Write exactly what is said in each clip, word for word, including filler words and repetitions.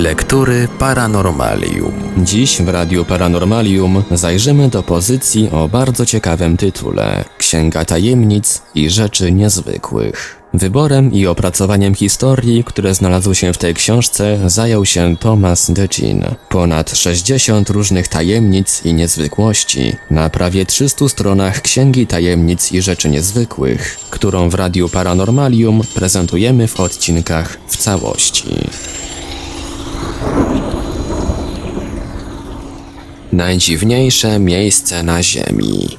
Lektury Paranormalium. Dziś w Radiu Paranormalium zajrzymy do pozycji o bardzo ciekawym tytule Księga Tajemnic i Rzeczy Niezwykłych. Wyborem i opracowaniem historii, które znalazły się w tej książce, zajął się Thomas Dejean. Ponad sześćdziesiąt różnych tajemnic i niezwykłości na prawie trzystu stronach Księgi Tajemnic i Rzeczy Niezwykłych, którą w Radiu Paranormalium prezentujemy w odcinkach w całości. Najdziwniejsze miejsce na Ziemi.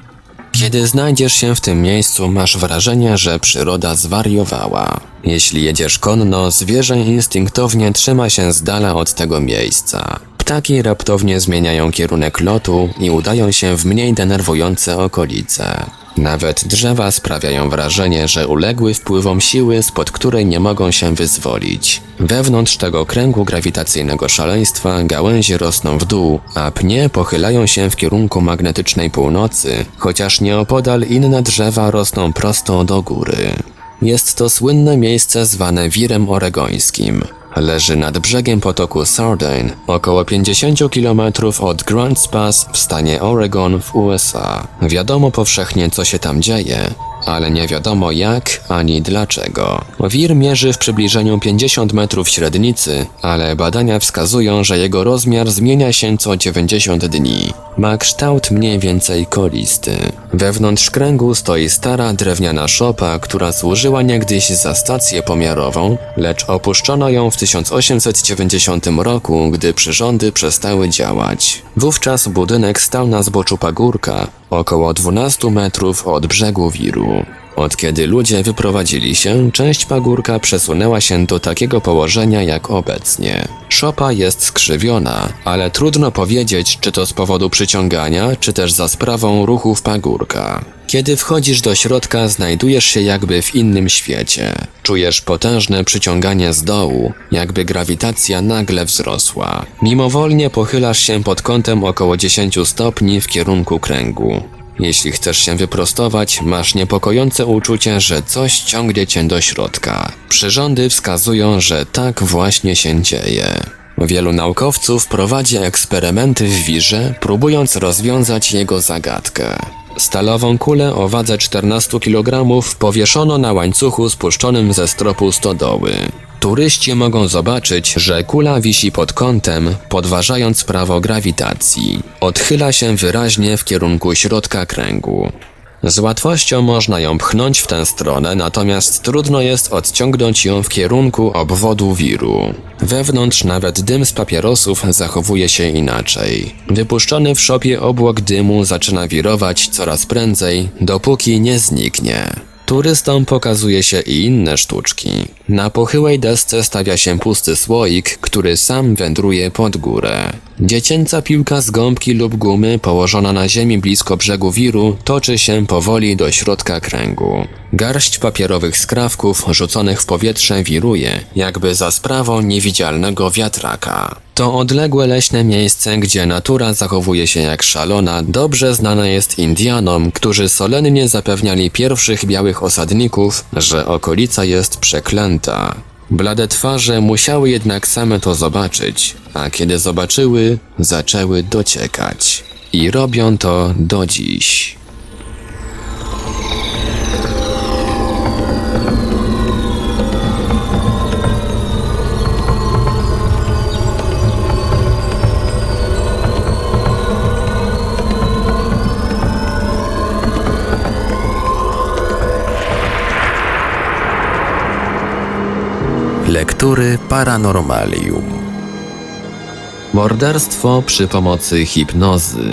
Kiedy znajdziesz się w tym miejscu, masz wrażenie, że przyroda zwariowała. Jeśli jedziesz konno, zwierzę instynktownie trzyma się z dala od tego miejsca. Ptaki raptownie zmieniają kierunek lotu i udają się w mniej denerwujące okolice. Nawet drzewa sprawiają wrażenie, że uległy wpływom siły, spod której nie mogą się wyzwolić. Wewnątrz tego kręgu grawitacyjnego szaleństwa gałęzie rosną w dół, a pnie pochylają się w kierunku magnetycznej północy, chociaż nieopodal inne drzewa rosną prosto do góry. Jest to słynne miejsce zwane wirem oregońskim. Leży nad brzegiem potoku Sardine, około pięćdziesiąt kilometrów od Grants Pass w stanie Oregon w U S A. Wiadomo powszechnie, co się tam dzieje, ale nie wiadomo jak ani dlaczego. Wir mierzy w przybliżeniu pięćdziesiąt metrów średnicy, ale badania wskazują, że jego rozmiar zmienia się co dziewięćdziesiąt dni. Ma kształt mniej więcej kolisty. Wewnątrz kręgu stoi stara drewniana szopa, która służyła niegdyś za stację pomiarową, lecz opuszczono ją w tysiąc osiemset dziewięćdziesiątym roku, gdy przyrządy przestały działać. Wówczas budynek stał na zboczu pagórka, około dwunastu metrów od brzegu wiru. Od kiedy ludzie wyprowadzili się, część pagórka przesunęła się do takiego położenia jak obecnie. Szopa jest skrzywiona, ale trudno powiedzieć, czy to z powodu przyciągania, czy też za sprawą ruchów pagórka. Kiedy wchodzisz do środka, znajdujesz się jakby w innym świecie. Czujesz potężne przyciąganie z dołu, jakby grawitacja nagle wzrosła. Mimowolnie pochylasz się pod kątem około dziesięciu stopni w kierunku kręgu. Jeśli chcesz się wyprostować, masz niepokojące uczucie, że coś ciągnie cię do środka. Przyrządy wskazują, że tak właśnie się dzieje. Wielu naukowców prowadzi eksperymenty w wirze, próbując rozwiązać jego zagadkę. Stalową kulę o wadze czternastu kilogramów powieszono na łańcuchu spuszczonym ze stropu stodoły. Turyści mogą zobaczyć, że kula wisi pod kątem, podważając prawo grawitacji. Odchyla się wyraźnie w kierunku środka kręgu. Z łatwością można ją pchnąć w tę stronę, natomiast trudno jest odciągnąć ją w kierunku obwodu wiru. Wewnątrz nawet dym z papierosów zachowuje się inaczej. Wypuszczony w szopie obłok dymu zaczyna wirować coraz prędzej, dopóki nie zniknie. Turystom pokazuje się i inne sztuczki. Na pochyłej desce stawia się pusty słoik, który sam wędruje pod górę. Dziecięca piłka z gąbki lub gumy położona na ziemi blisko brzegu wiru toczy się powoli do środka kręgu. Garść papierowych skrawków rzuconych w powietrze wiruje, jakby za sprawą niewidzialnego wiatraka. To odległe leśne miejsce, gdzie natura zachowuje się jak szalona, dobrze znane jest Indianom, którzy solennie zapewniali pierwszych białych osadników, że okolica jest przeklęta. Blade twarze musiały jednak same to zobaczyć, a kiedy zobaczyły, zaczęły dociekać. I robią to do dziś. Lektury Paranormalium. Morderstwo przy pomocy hipnozy.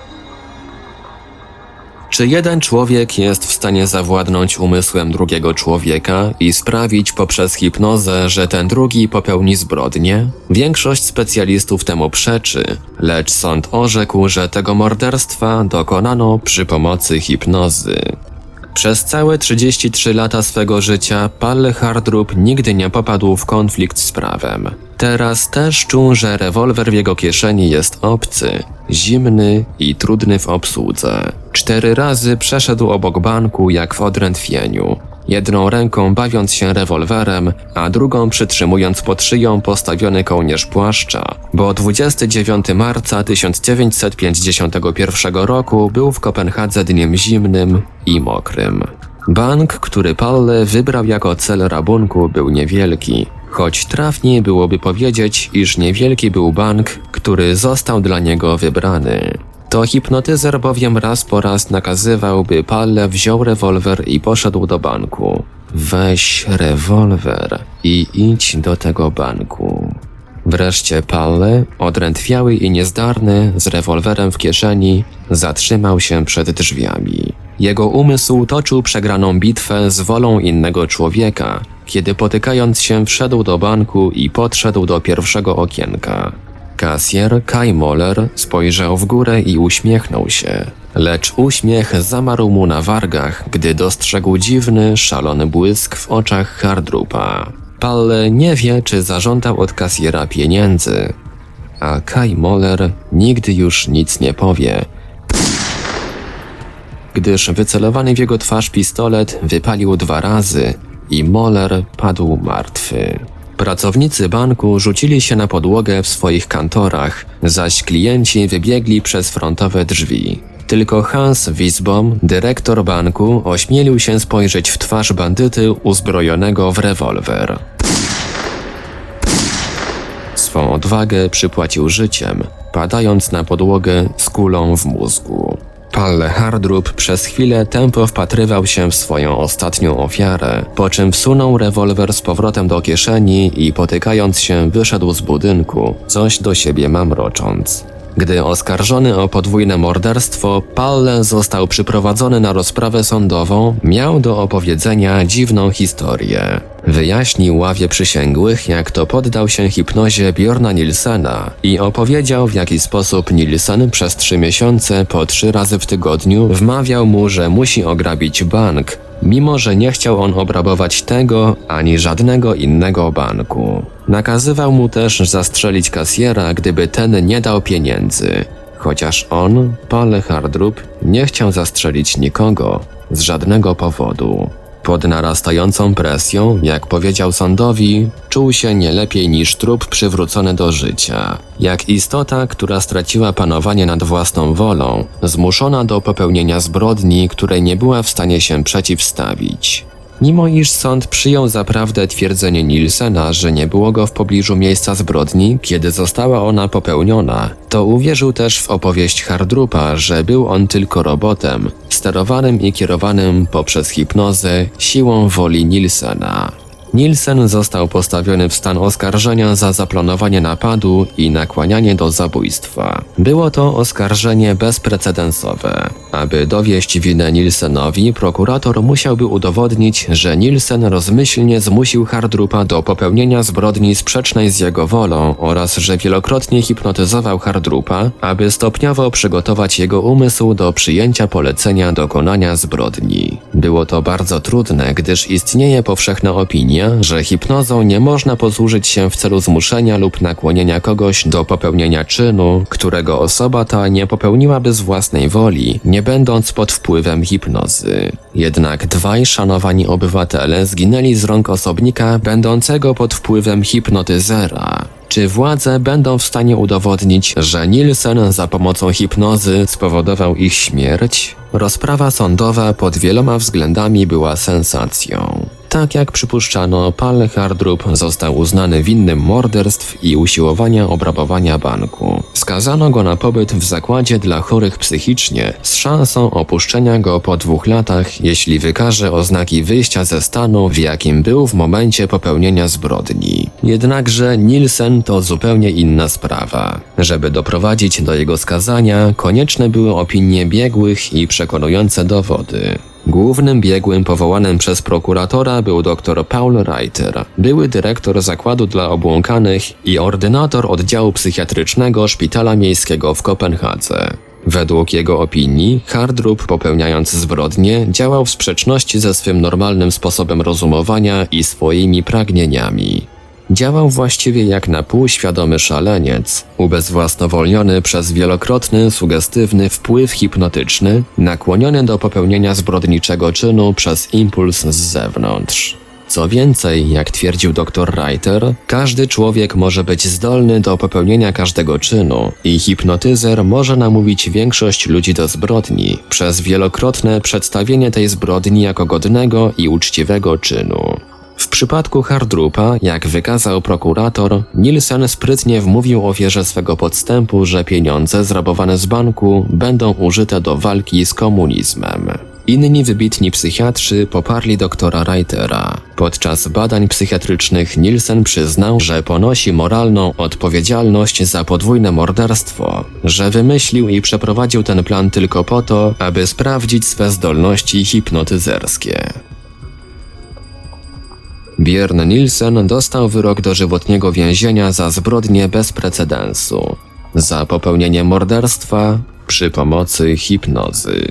Czy jeden człowiek jest w stanie zawładnąć umysłem drugiego człowieka i sprawić poprzez hipnozę, że ten drugi popełni zbrodnię? Większość specjalistów temu przeczy, lecz sąd orzekł, że tego morderstwa dokonano przy pomocy hipnozy. Przez całe trzydzieści trzy lata swego życia Palle Hardrup nigdy nie popadł w konflikt z prawem. Teraz też czuł, że rewolwer w jego kieszeni jest obcy, zimny i trudny w obsłudze. Cztery razy przeszedł obok banku jak w odrętwieniu. jedną ręką bawiąc się rewolwerem, a drugą przytrzymując pod szyją postawiony kołnierz płaszcza, bo dwudziestego dziewiątego marca tysiąc dziewięćset pięćdziesiątego pierwszego roku był w Kopenhadze dniem zimnym i mokrym. Bank, który Palle wybrał jako cel rabunku, był niewielki, choć trafniej byłoby powiedzieć, iż niewielki był bank, który został dla niego wybrany. To hipnotyzer bowiem raz po raz nakazywał, by Palle wziął rewolwer i poszedł do banku. Weź rewolwer i idź do tego banku. Wreszcie Palle, odrętwiały i niezdarny, z rewolwerem w kieszeni, zatrzymał się przed drzwiami. Jego umysł toczył przegraną bitwę z wolą innego człowieka, kiedy potykając się wszedł do banku i podszedł do pierwszego okienka. Kasjer Kai Moller spojrzał w górę i uśmiechnął się, lecz uśmiech zamarł mu na wargach, gdy dostrzegł dziwny, szalony błysk w oczach Hardrupa. Palle nie wie, czy zażądał od kasjera pieniędzy, a Kai Moller nigdy już nic nie powie, gdyż wycelowany w jego twarz pistolet wypalił dwa razy i Moller padł martwy. Pracownicy banku rzucili się na podłogę w swoich kantorach, zaś klienci wybiegli przez frontowe drzwi. Tylko Hans Wisbom, dyrektor banku, ośmielił się spojrzeć w twarz bandyty uzbrojonego w rewolwer. Swą odwagę przypłacił życiem, padając na podłogę z kulą w mózgu. Palle Hardrup przez chwilę tępo wpatrywał się w swoją ostatnią ofiarę, po czym wsunął rewolwer z powrotem do kieszeni i potykając się wyszedł z budynku, coś do siebie mamrocząc. Gdy oskarżony o podwójne morderstwo, Palle został przyprowadzony na rozprawę sądową, miał do opowiedzenia dziwną historię. Wyjaśnił ławie przysięgłych, jak to poddał się hipnozie Bjorna Nilsena i opowiedział, w jaki sposób Nilsen przez trzy miesiące po trzy razy w tygodniu wmawiał mu, że musi ograbić bank, mimo że nie chciał on obrabować tego ani żadnego innego banku. Nakazywał mu też zastrzelić kasjera, gdyby ten nie dał pieniędzy, chociaż on, Palle Hardrup, nie chciał zastrzelić nikogo z żadnego powodu. Pod narastającą presją, jak powiedział sądowi, czuł się nie lepiej niż trup przywrócony do życia. Jak istota, która straciła panowanie nad własną wolą, zmuszona do popełnienia zbrodni, której nie była w stanie się przeciwstawić. Mimo iż sąd przyjął za prawdę twierdzenie Nilsena, że nie było go w pobliżu miejsca zbrodni, kiedy została ona popełniona, to uwierzył też w opowieść Hardrupa, że był on tylko robotem, sterowanym i kierowanym poprzez hipnozę siłą woli Nilsena. Nilsen został postawiony w stan oskarżenia za zaplanowanie napadu i nakłanianie do zabójstwa. Było to oskarżenie bezprecedensowe. Aby dowieść winę Nilsenowi, prokurator musiałby udowodnić, że Nilsen rozmyślnie zmusił Hardrupa do popełnienia zbrodni sprzecznej z jego wolą oraz że wielokrotnie hipnotyzował Hardrupa, aby stopniowo przygotować jego umysł do przyjęcia polecenia dokonania zbrodni. Było to bardzo trudne, gdyż istnieje powszechna opinia, że hipnozą nie można posłużyć się w celu zmuszenia lub nakłonienia kogoś do popełnienia czynu, którego osoba ta nie popełniłaby z własnej woli, nie będąc pod wpływem hipnozy. Jednak dwaj szanowani obywatele zginęli z rąk osobnika będącego pod wpływem hipnotyzera. Czy władze będą w stanie udowodnić, że Nilsen za pomocą hipnozy spowodował ich śmierć? Rozprawa sądowa pod wieloma względami była sensacją. Tak jak przypuszczano, Palle Hardrup został uznany winnym morderstw i usiłowania obrabowania banku. Skazano go na pobyt w zakładzie dla chorych psychicznie z szansą opuszczenia go po dwóch latach, jeśli wykaże oznaki wyjścia ze stanu, w jakim był w momencie popełnienia zbrodni. Jednakże Nilsen to zupełnie inna sprawa. Żeby doprowadzić do jego skazania, konieczne były opinie biegłych i przekonujące dowody. Głównym biegłym powołanym przez prokuratora był dr Paul Reiter, były dyrektor zakładu dla obłąkanych i ordynator oddziału psychiatrycznego Szpitala Miejskiego w Kopenhadze. Według jego opinii, Hardrup, popełniając zbrodnie, działał w sprzeczności ze swym normalnym sposobem rozumowania i swoimi pragnieniami. Działał właściwie jak na pół świadomy szaleniec, ubezwłasnowolniony przez wielokrotny, sugestywny wpływ hipnotyczny, nakłoniony do popełnienia zbrodniczego czynu przez impuls z zewnątrz. Co więcej, jak twierdził dr Reiter, każdy człowiek może być zdolny do popełnienia każdego czynu i hipnotyzer może namówić większość ludzi do zbrodni przez wielokrotne przedstawienie tej zbrodni jako godnego i uczciwego czynu. W przypadku Hardrupa, jak wykazał prokurator, Nielsen sprytnie wmówił ofierze swego podstępu, że pieniądze zrabowane z banku będą użyte do walki z komunizmem. Inni wybitni psychiatrzy poparli doktora Reitera. Podczas badań psychiatrycznych Nielsen przyznał, że ponosi moralną odpowiedzialność za podwójne morderstwo, że wymyślił i przeprowadził ten plan tylko po to, aby sprawdzić swe zdolności hipnotyzerskie. Björn Nielsen dostał wyrok dożywotniego więzienia za zbrodnię bez precedensu, za popełnienie morderstwa przy pomocy hipnozy.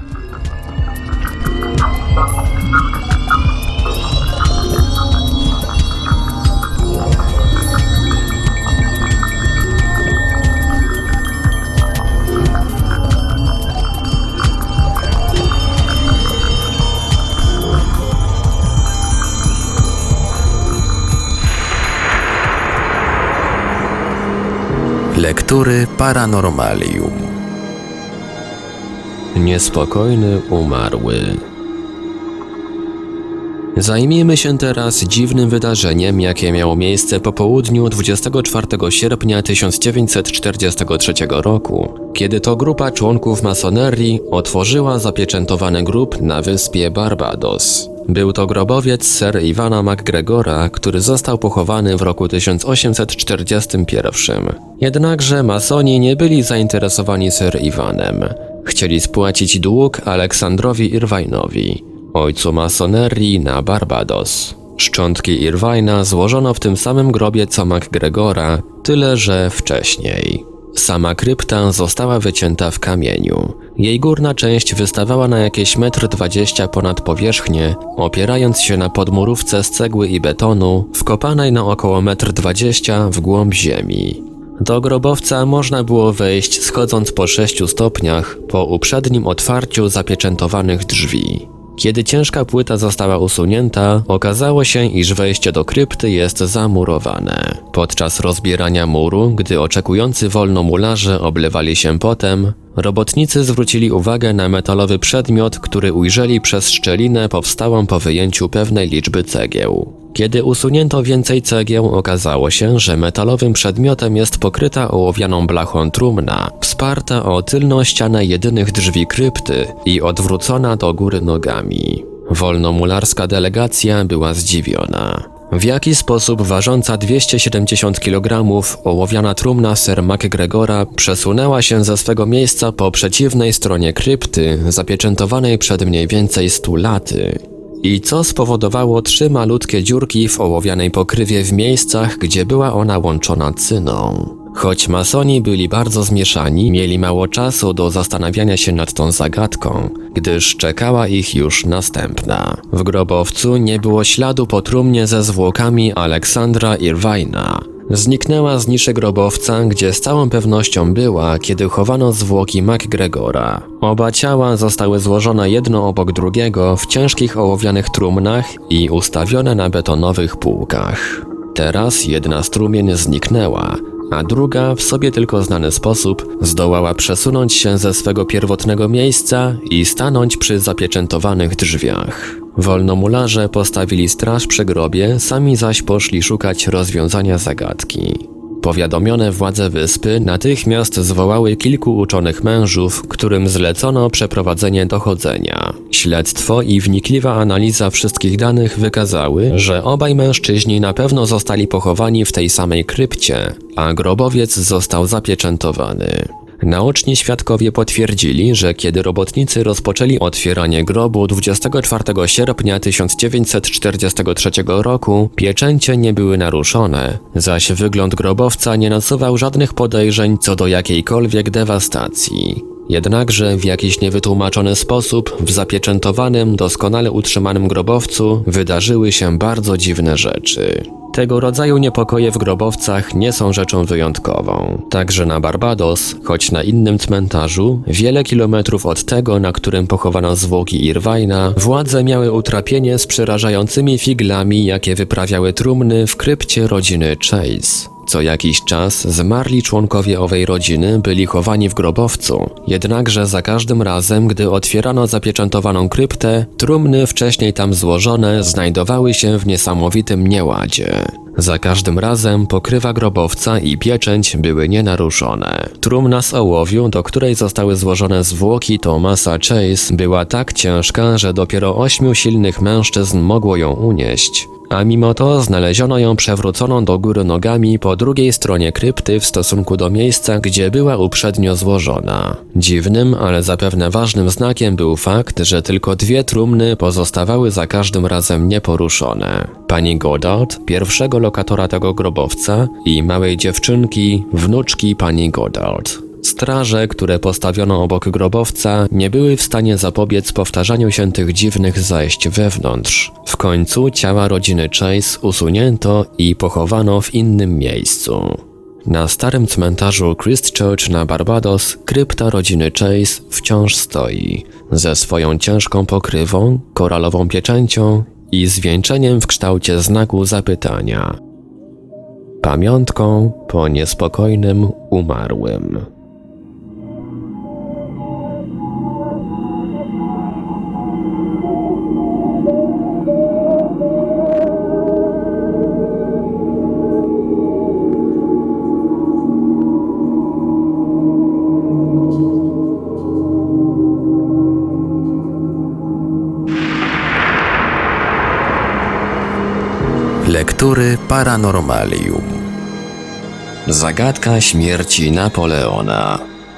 Lektury Paranormalium. Niespokojny umarły. Zajmijmy się teraz dziwnym wydarzeniem, jakie miało miejsce po południu dwudziestego czwartego sierpnia tysiąc dziewięćset czterdziestego trzeciego roku, kiedy to grupa członków masonerii otworzyła zapieczętowany grób na wyspie Barbados. Był to grobowiec Sir Iwana MacGregora, który został pochowany w roku tysiąc osiemset czterdziestym pierwszym. Jednakże masoni nie byli zainteresowani Sir Iwanem. Chcieli spłacić dług Aleksandrowi Irvine'owi, ojcu masonerii na Barbados. Szczątki Irvine'a złożono w tym samym grobie co MacGregora, tyle że wcześniej. Sama krypta została wycięta w kamieniu. Jej górna część wystawała na jakieś metr dwadzieścia ponad powierzchnię, opierając się na podmurówce z cegły i betonu, wkopanej na około metr dwadzieścia w głąb ziemi. Do grobowca można było wejść schodząc po sześciu stopniach po uprzednim otwarciu zapieczętowanych drzwi. Kiedy ciężka płyta została usunięta, okazało się, iż wejście do krypty jest zamurowane. Podczas rozbierania muru, gdy oczekujący wolnomularze oblewali się potem, robotnicy zwrócili uwagę na metalowy przedmiot, który ujrzeli przez szczelinę powstałą po wyjęciu pewnej liczby cegieł. Kiedy usunięto więcej cegieł, okazało się, że metalowym przedmiotem jest pokryta ołowianą blachą trumna, wsparta o tylną ścianę jedynych drzwi krypty i odwrócona do góry nogami. Wolnomularska delegacja była zdziwiona. W jaki sposób ważąca dwieście siedemdziesiąt kilogramów ołowiana trumna Sir MacGregora przesunęła się ze swego miejsca po przeciwnej stronie krypty, zapieczętowanej przed mniej więcej stu laty? I co spowodowało trzy malutkie dziurki w ołowianej pokrywie w miejscach, gdzie była ona łączona cyną? Choć masoni byli bardzo zmieszani, mieli mało czasu do zastanawiania się nad tą zagadką, gdyż czekała ich już następna. W grobowcu nie było śladu po trumnie ze zwłokami Aleksandra Irvine'a. Zniknęła z niszy grobowca, gdzie z całą pewnością była, kiedy chowano zwłoki MacGregora. Oba ciała zostały złożone jedno obok drugiego w ciężkich ołowianych trumnach i ustawione na betonowych półkach. Teraz jedna z trumien zniknęła, a druga w sobie tylko znany sposób zdołała przesunąć się ze swego pierwotnego miejsca i stanąć przy zapieczętowanych drzwiach. Wolnomularze postawili straż przy grobie, sami zaś poszli szukać rozwiązania zagadki. Powiadomione władze wyspy natychmiast zwołały kilku uczonych mężów, którym zlecono przeprowadzenie dochodzenia. Śledztwo i wnikliwa analiza wszystkich danych wykazały, że obaj mężczyźni na pewno zostali pochowani w tej samej krypcie, a grobowiec został zapieczętowany. Naoczni świadkowie potwierdzili, że kiedy robotnicy rozpoczęli otwieranie grobu dwudziestego czwartego sierpnia tysiąc dziewięćset czterdziestego trzeciego roku, pieczęcie nie były naruszone, zaś wygląd grobowca nie nasuwał żadnych podejrzeń co do jakiejkolwiek dewastacji. Jednakże w jakiś niewytłumaczony sposób w zapieczętowanym, doskonale utrzymanym grobowcu wydarzyły się bardzo dziwne rzeczy. Tego rodzaju niepokoje w grobowcach nie są rzeczą wyjątkową. Także na Barbados, choć na innym cmentarzu, wiele kilometrów od tego, na którym pochowano zwłoki Irvina, władze miały utrapienie z przerażającymi figlami, jakie wyprawiały trumny w krypcie rodziny Chase. Co jakiś czas zmarli członkowie owej rodziny byli chowani w grobowcu, jednakże za każdym razem, gdy otwierano zapieczętowaną kryptę, trumny wcześniej tam złożone znajdowały się w niesamowitym nieładzie. Za każdym razem pokrywa grobowca i pieczęć były nienaruszone. Trumna z ołowiu, do której zostały złożone zwłoki Thomasa Chase, była tak ciężka, że dopiero ośmiu silnych mężczyzn mogło ją unieść. A mimo to znaleziono ją przewróconą do góry nogami po drugiej stronie krypty w stosunku do miejsca, gdzie była uprzednio złożona. Dziwnym, ale zapewne ważnym znakiem był fakt, że tylko dwie trumny pozostawały za każdym razem nieporuszone. Pani Goddard, pierwszego lokatora tego grobowca, i małej dziewczynki, wnuczki pani Goddard. Straże, które postawiono obok grobowca, nie były w stanie zapobiec powtarzaniu się tych dziwnych zajść wewnątrz. W końcu ciała rodziny Chase usunięto i pochowano w innym miejscu. Na starym cmentarzu Christchurch na Barbados krypta rodziny Chase wciąż stoi, ze swoją ciężką pokrywą, koralową pieczęcią i zwieńczeniem w kształcie znaku zapytania. Pamiątką po niespokojnym umarłym. Lektury Paranormalium. Zagadka śmierci Napoleona.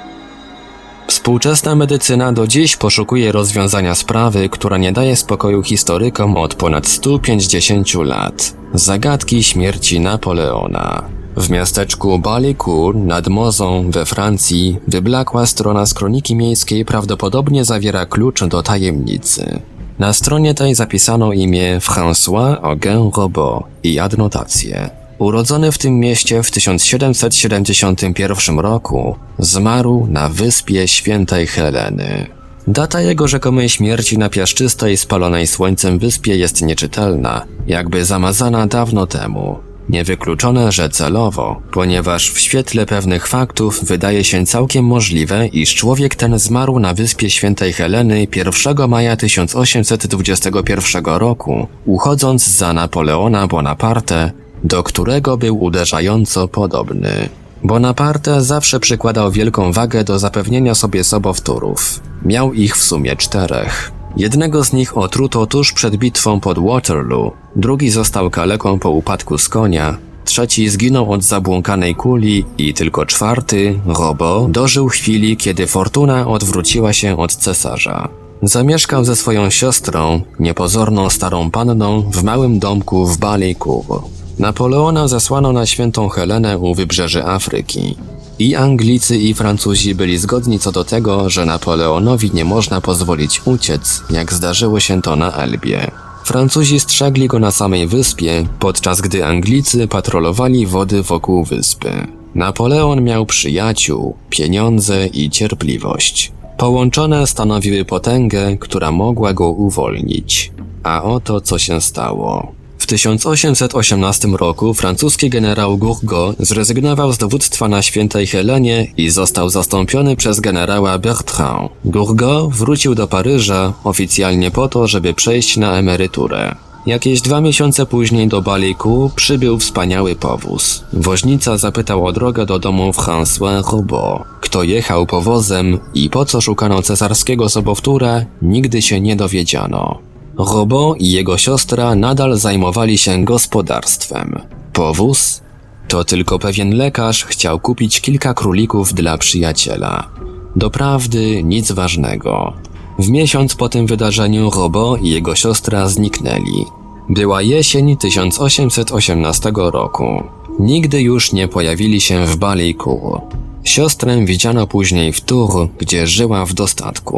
Współczesna medycyna do dziś poszukuje rozwiązania sprawy, która nie daje spokoju historykom od ponad stu pięćdziesięciu lat. Zagadki śmierci Napoleona. W miasteczku Ballycourt nad Mozą we Francji wyblakła strona z kroniki miejskiej prawdopodobnie zawiera klucz do tajemnicy. Na stronie tej zapisano imię François Auguin Robot i adnotację. Urodzony w tym mieście w tysiąc siedemset siedemdziesiątym pierwszym roku, zmarł na wyspie Świętej Heleny. Data jego rzekomej śmierci na piaszczystej, spalonej słońcem wyspie jest nieczytelna, jakby zamazana dawno temu. Niewykluczone, że celowo, ponieważ w świetle pewnych faktów wydaje się całkiem możliwe, iż człowiek ten zmarł na wyspie Świętej Heleny pierwszego maja tysiąc osiemset dwudziestego pierwszego roku, uchodząc za Napoleona Bonaparte, do którego był uderzająco podobny. Bonaparte zawsze przykładał wielką wagę do zapewnienia sobie sobowtórów. Miał ich w sumie czterech. Jednego z nich otruto tuż przed bitwą pod Waterloo, drugi został kaleką po upadku z konia, trzeci zginął od zabłąkanej kuli i tylko czwarty, Robot, dożył chwili, kiedy fortuna odwróciła się od cesarza. Zamieszkał ze swoją siostrą, niepozorną starą panną, w małym domku w Ballycourt. Napoleona zesłano na Świętą Helenę u wybrzeży Afryki. I Anglicy, i Francuzi byli zgodni co do tego, że Napoleonowi nie można pozwolić uciec, jak zdarzyło się to na Elbie. Francuzi strzegli go na samej wyspie, podczas gdy Anglicy patrolowali wody wokół wyspy. Napoleon miał przyjaciół, pieniądze i cierpliwość. Połączone stanowiły potęgę, która mogła go uwolnić. A oto co się stało. W tysiąc osiemset osiemnastym roku francuski generał Gourgaud zrezygnował z dowództwa na Świętej Helenie i został zastąpiony przez generała Bertrand. Gourgaud wrócił do Paryża oficjalnie po to, żeby przejść na emeryturę. Jakieś dwa miesiące później do Ballycourt przybył wspaniały powóz. Woźnica zapytał o drogę do domu François Robot. Kto jechał powozem i po co szukano cesarskiego sobowtóra, nigdy się nie dowiedziano. Robot i jego siostra nadal zajmowali się gospodarstwem. Powóz? To tylko pewien lekarz chciał kupić kilka królików dla przyjaciela. Doprawdy nic ważnego. W miesiąc po tym wydarzeniu Robot i jego siostra zniknęli. Była jesień tysiąc osiemset osiemnastego roku. Nigdy już nie pojawili się w Ballycourt. Siostrę widziano później w Tours, gdzie żyła w dostatku.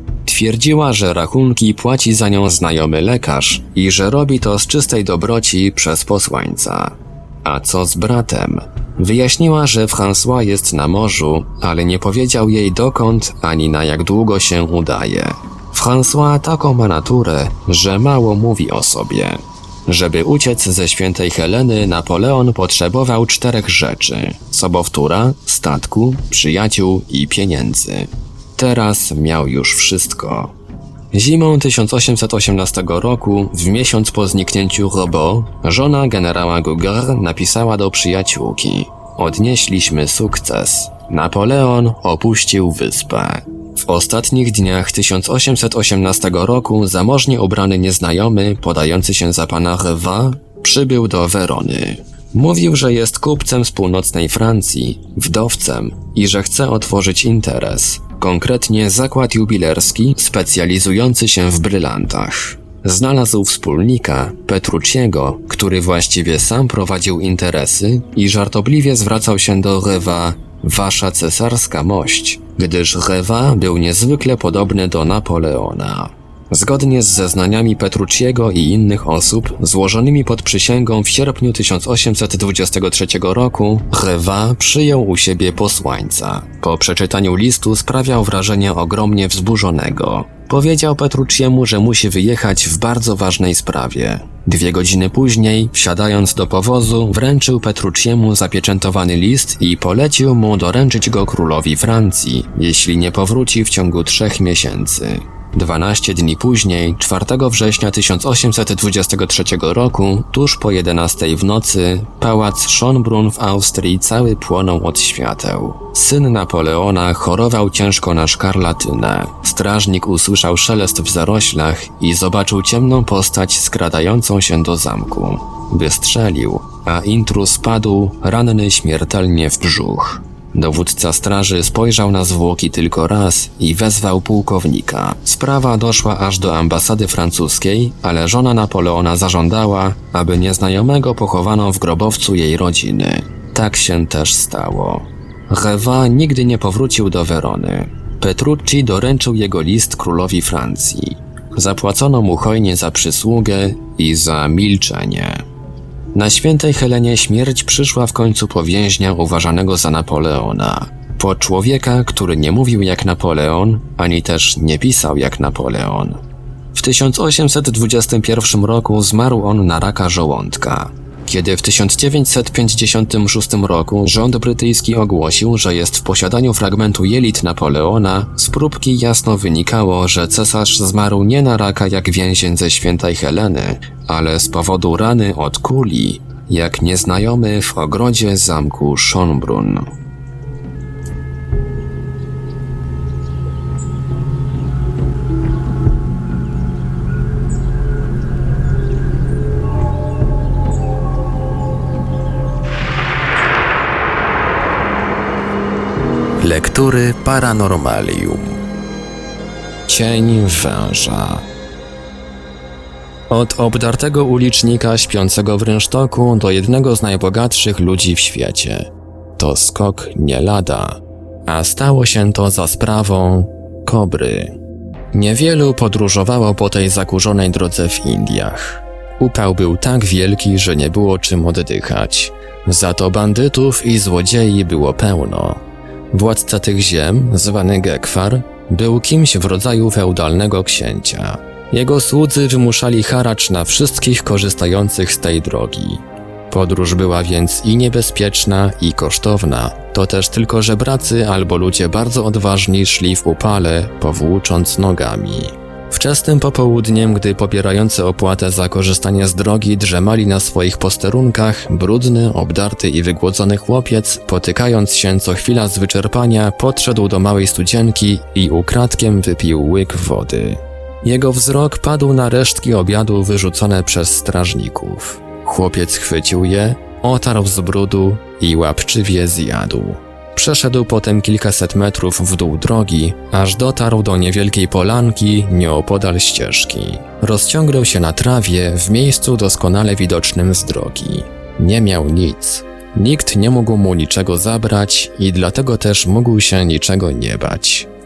Twierdziła, że rachunki płaci za nią znajomy lekarz i że robi to z czystej dobroci przez posłańca. A co z bratem? Wyjaśniła, że François jest na morzu, ale nie powiedział jej dokąd ani na jak długo się udaje. François taką ma naturę, że mało mówi o sobie. Żeby uciec ze Świętej Heleny, Napoleon potrzebował czterech rzeczy: sobowtóra, statku, przyjaciół i pieniędzy. Teraz miał już wszystko. Zimą tysiąc osiemset osiemnastego roku, w miesiąc po zniknięciu Robot, żona generała Gugger napisała do przyjaciółki: odnieśliśmy sukces. Napoleon opuścił wyspę. W ostatnich dniach tysiąc osiemset osiemnastego roku zamożnie ubrany nieznajomy, podający się za pana Revin, przybył do Werony. Mówił, że jest kupcem z północnej Francji, wdowcem i że chce otworzyć interes, konkretnie zakład jubilerski specjalizujący się w brylantach. Znalazł wspólnika, Petrucciego, który właściwie sam prowadził interesy i żartobliwie zwracał się do Revin: wasza cesarska mość, gdyż Revin był niezwykle podobny do Napoleona. Zgodnie z zeznaniami Petrucciego i innych osób złożonymi pod przysięgą w sierpniu tysiąc osiemset dwudziestego trzeciego roku, Revin przyjął u siebie posłańca. Po przeczytaniu listu sprawiał wrażenie ogromnie wzburzonego. Powiedział Petrucciemu, że musi wyjechać w bardzo ważnej sprawie. Dwie godziny później, wsiadając do powozu, wręczył Petrucciemu zapieczętowany list i polecił mu doręczyć go królowi Francji, jeśli nie powróci w ciągu trzech miesięcy. Dwanaście dni później, czwartego września tysiąc osiemset dwudziestego trzeciego roku, tuż po jedenastej w nocy, pałac Schönbrunn w Austrii cały płonął od świateł. Syn Napoleona chorował ciężko na szkarlatynę. Strażnik usłyszał szelest w zaroślach i zobaczył ciemną postać skradającą się do zamku. Wystrzelił, a intruz padł, ranny śmiertelnie w brzuch. Dowódca straży spojrzał na zwłoki tylko raz i wezwał pułkownika. Sprawa doszła aż do ambasady francuskiej, ale żona Napoleona zażądała, aby nieznajomego pochowano w grobowcu jej rodziny. Tak się też stało. Revin nigdy nie powrócił do Werony. Petrucci doręczył jego list królowi Francji. Zapłacono mu hojnie za przysługę i za milczenie. Na Świętej Helenie śmierć przyszła w końcu po więźnia uważanego za Napoleona. Po człowieka, który nie mówił jak Napoleon, ani też nie pisał jak Napoleon. W tysiąc osiemset dwudziestym pierwszym roku zmarł on na raka żołądka. Kiedy w tysiąc dziewięćset pięćdziesiątym szóstym roku rząd brytyjski ogłosił, że jest w posiadaniu fragmentu jelit Napoleona, z próbki jasno wynikało, że cesarz zmarł nie na raka jak więzień ze Świętej Heleny, ale z powodu rany od kuli, jak nieznajomy w ogrodzie zamku Schönbrunn. Lektury Paranormalium. Cień węża. Od obdartego ulicznika śpiącego w rynsztoku do jednego z najbogatszych ludzi w świecie. To skok nie lada, a stało się to za sprawą kobry. Niewielu podróżowało po tej zakurzonej drodze w Indiach. Upał był tak wielki, że nie było czym oddychać. Za to bandytów i złodziei było pełno. Władca tych ziem, zwany Gekwar, był kimś w rodzaju feudalnego księcia. Jego słudzy wymuszali haracz na wszystkich korzystających z tej drogi. Podróż była więc i niebezpieczna, i kosztowna. To też tylko żebracy albo ludzie bardzo odważni szli w upale, powłócząc nogami. Wczesnym popołudniem, gdy pobierający opłatę za korzystanie z drogi drzemali na swoich posterunkach, brudny, obdarty i wygłodzony chłopiec, potykając się co chwila z wyczerpania, podszedł do małej studzienki i ukradkiem wypił łyk wody. Jego wzrok padł na resztki obiadu wyrzucone przez strażników. Chłopiec chwycił je, otarł z brudu i łapczywie zjadł. Przeszedł potem kilkaset metrów w dół drogi, aż dotarł do niewielkiej polanki nieopodal ścieżki. Rozciągnął się na trawie w miejscu doskonale widocznym z drogi. Nie miał nic. Nikt nie mógł mu niczego zabrać i dlatego też mógł się niczego nie bać.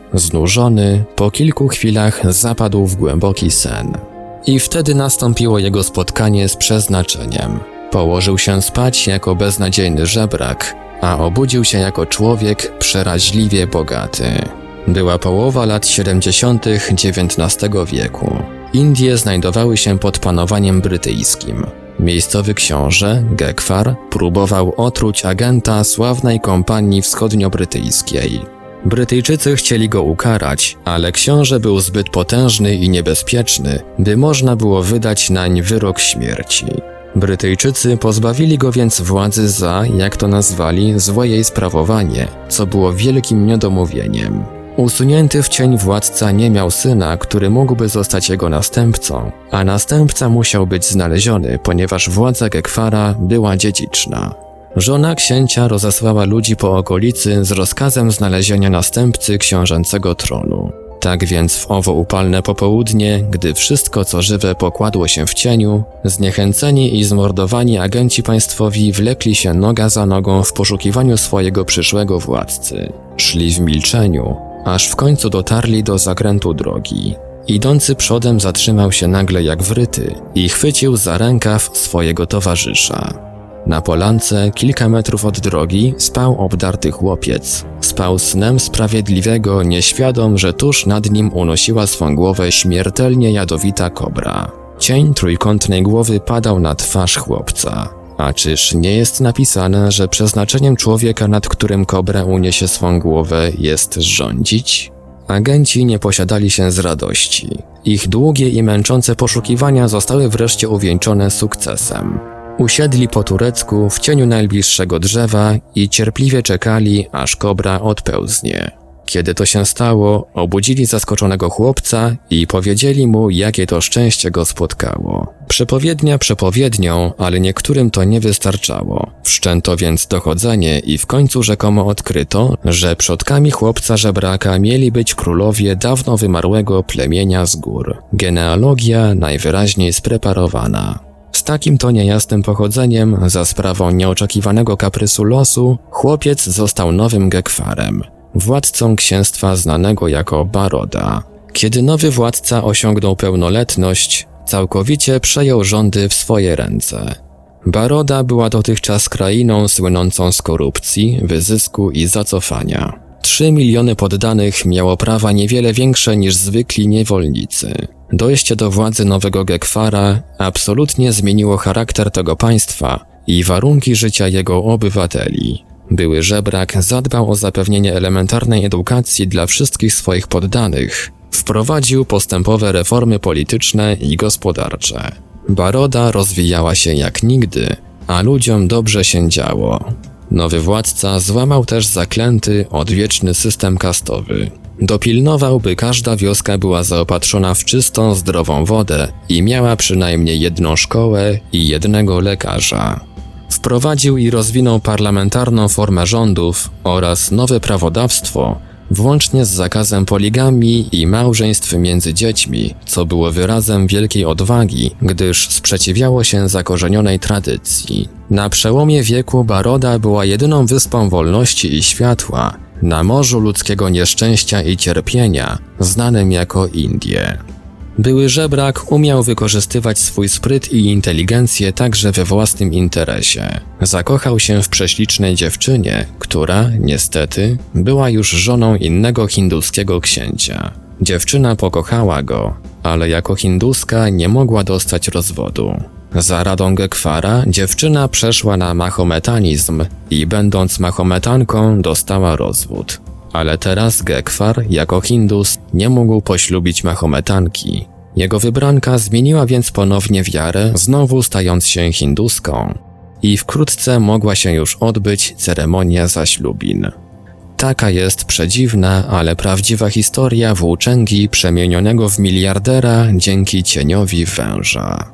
Znużony, po kilku chwilach zapadł w głęboki sen. I wtedy nastąpiło jego spotkanie z przeznaczeniem. Położył się spać jako beznadziejny żebrak, a obudził się jako człowiek przeraźliwie bogaty. Była połowa lat siedemdziesiątych dziewiętnastego wieku. Indie znajdowały się pod panowaniem brytyjskim. Miejscowy książę, Gekwar, próbował otruć agenta sławnej kompanii wschodniobrytyjskiej. Brytyjczycy chcieli go ukarać, ale książę był zbyt potężny i niebezpieczny, by można było wydać nań wyrok śmierci. Brytyjczycy pozbawili go więc władzy za, jak to nazwali, złe jej sprawowanie, co było wielkim niedomówieniem. Usunięty w cień władca nie miał syna, który mógłby zostać jego następcą, a następca musiał być znaleziony, ponieważ władza Gekwara była dziedziczna. Żona księcia rozesłała ludzi po okolicy z rozkazem znalezienia następcy książęcego tronu. Tak więc w owo upalne popołudnie, gdy wszystko co żywe pokładło się w cieniu, zniechęceni i zmordowani agenci państwowi wlekli się noga za nogą w poszukiwaniu swojego przyszłego władcy. Szli w milczeniu, aż w końcu dotarli do zakrętu drogi. Idący przodem zatrzymał się nagle jak wryty i chwycił za rękaw swojego towarzysza. Na polance, kilka metrów od drogi, spał obdarty chłopiec. Spał snem sprawiedliwego, nieświadom, że tuż nad nim unosiła swą głowę śmiertelnie jadowita kobra. Cień trójkątnej głowy padał na twarz chłopca. A czyż nie jest napisane, że przeznaczeniem człowieka, nad którym kobra uniesie swą głowę, jest rządzić? Agenci nie posiadali się z radości. Ich długie i męczące poszukiwania zostały wreszcie uwieńczone sukcesem. Usiedli po turecku w cieniu najbliższego drzewa i cierpliwie czekali, aż kobra odpełznie. Kiedy to się stało, obudzili zaskoczonego chłopca i powiedzieli mu, jakie to szczęście go spotkało. Przepowiednia przepowiednią, ale niektórym to nie wystarczało. Wszczęto więc dochodzenie i w końcu rzekomo odkryto, że przodkami chłopca żebraka mieli być królowie dawno wymarłego plemienia z gór. Genealogia najwyraźniej spreparowana. Z takim to niejasnym pochodzeniem, za sprawą nieoczekiwanego kaprysu losu, chłopiec został nowym Gekwarem, władcą księstwa znanego jako Baroda. Kiedy nowy władca osiągnął pełnoletność, całkowicie przejął rządy w swoje ręce. Baroda była dotychczas krainą słynącą z korupcji, wyzysku i zacofania. Trzy miliony poddanych miało prawa niewiele większe niż zwykli niewolnicy. Dojście do władzy nowego Gekwara absolutnie zmieniło charakter tego państwa i warunki życia jego obywateli. Były żebrak zadbał o zapewnienie elementarnej edukacji dla wszystkich swoich poddanych. Wprowadził postępowe reformy polityczne i gospodarcze. Baroda rozwijała się jak nigdy, a ludziom dobrze się działo. Nowy władca złamał też zaklęty, odwieczny system kastowy. Dopilnował, by każda wioska była zaopatrzona w czystą, zdrową wodę i miała przynajmniej jedną szkołę i jednego lekarza. Wprowadził i rozwinął parlamentarną formę rządów oraz nowe prawodawstwo, włącznie z zakazem poligamii i małżeństw między dziećmi, co było wyrazem wielkiej odwagi, gdyż sprzeciwiało się zakorzenionej tradycji. Na przełomie wieku Baroda była jedyną wyspą wolności i światła, na morzu ludzkiego nieszczęścia i cierpienia, znanym jako Indie. Były żebrak umiał wykorzystywać swój spryt i inteligencję także we własnym interesie. Zakochał się w prześlicznej dziewczynie, która, niestety, była już żoną innego hinduskiego księcia. Dziewczyna pokochała go, ale jako hinduska nie mogła dostać rozwodu. Za radą Gekwara dziewczyna przeszła na mahometanizm i będąc mahometanką dostała rozwód. Ale teraz Gekwar, jako Hindus, nie mógł poślubić mahometanki. Jego wybranka zmieniła więc ponownie wiarę, znowu stając się hinduską. I wkrótce mogła się już odbyć ceremonia zaślubin. Taka jest przedziwna, ale prawdziwa historia włóczęgi przemienionego w miliardera dzięki cieniowi węża.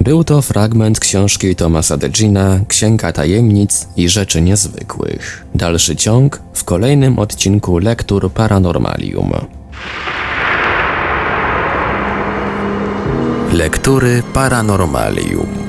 Był to fragment książki Thomasa Degina Księga Tajemnic i Rzeczy Niezwykłych. Dalszy ciąg w kolejnym odcinku Lektur Paranormalium. Lektury Paranormalium.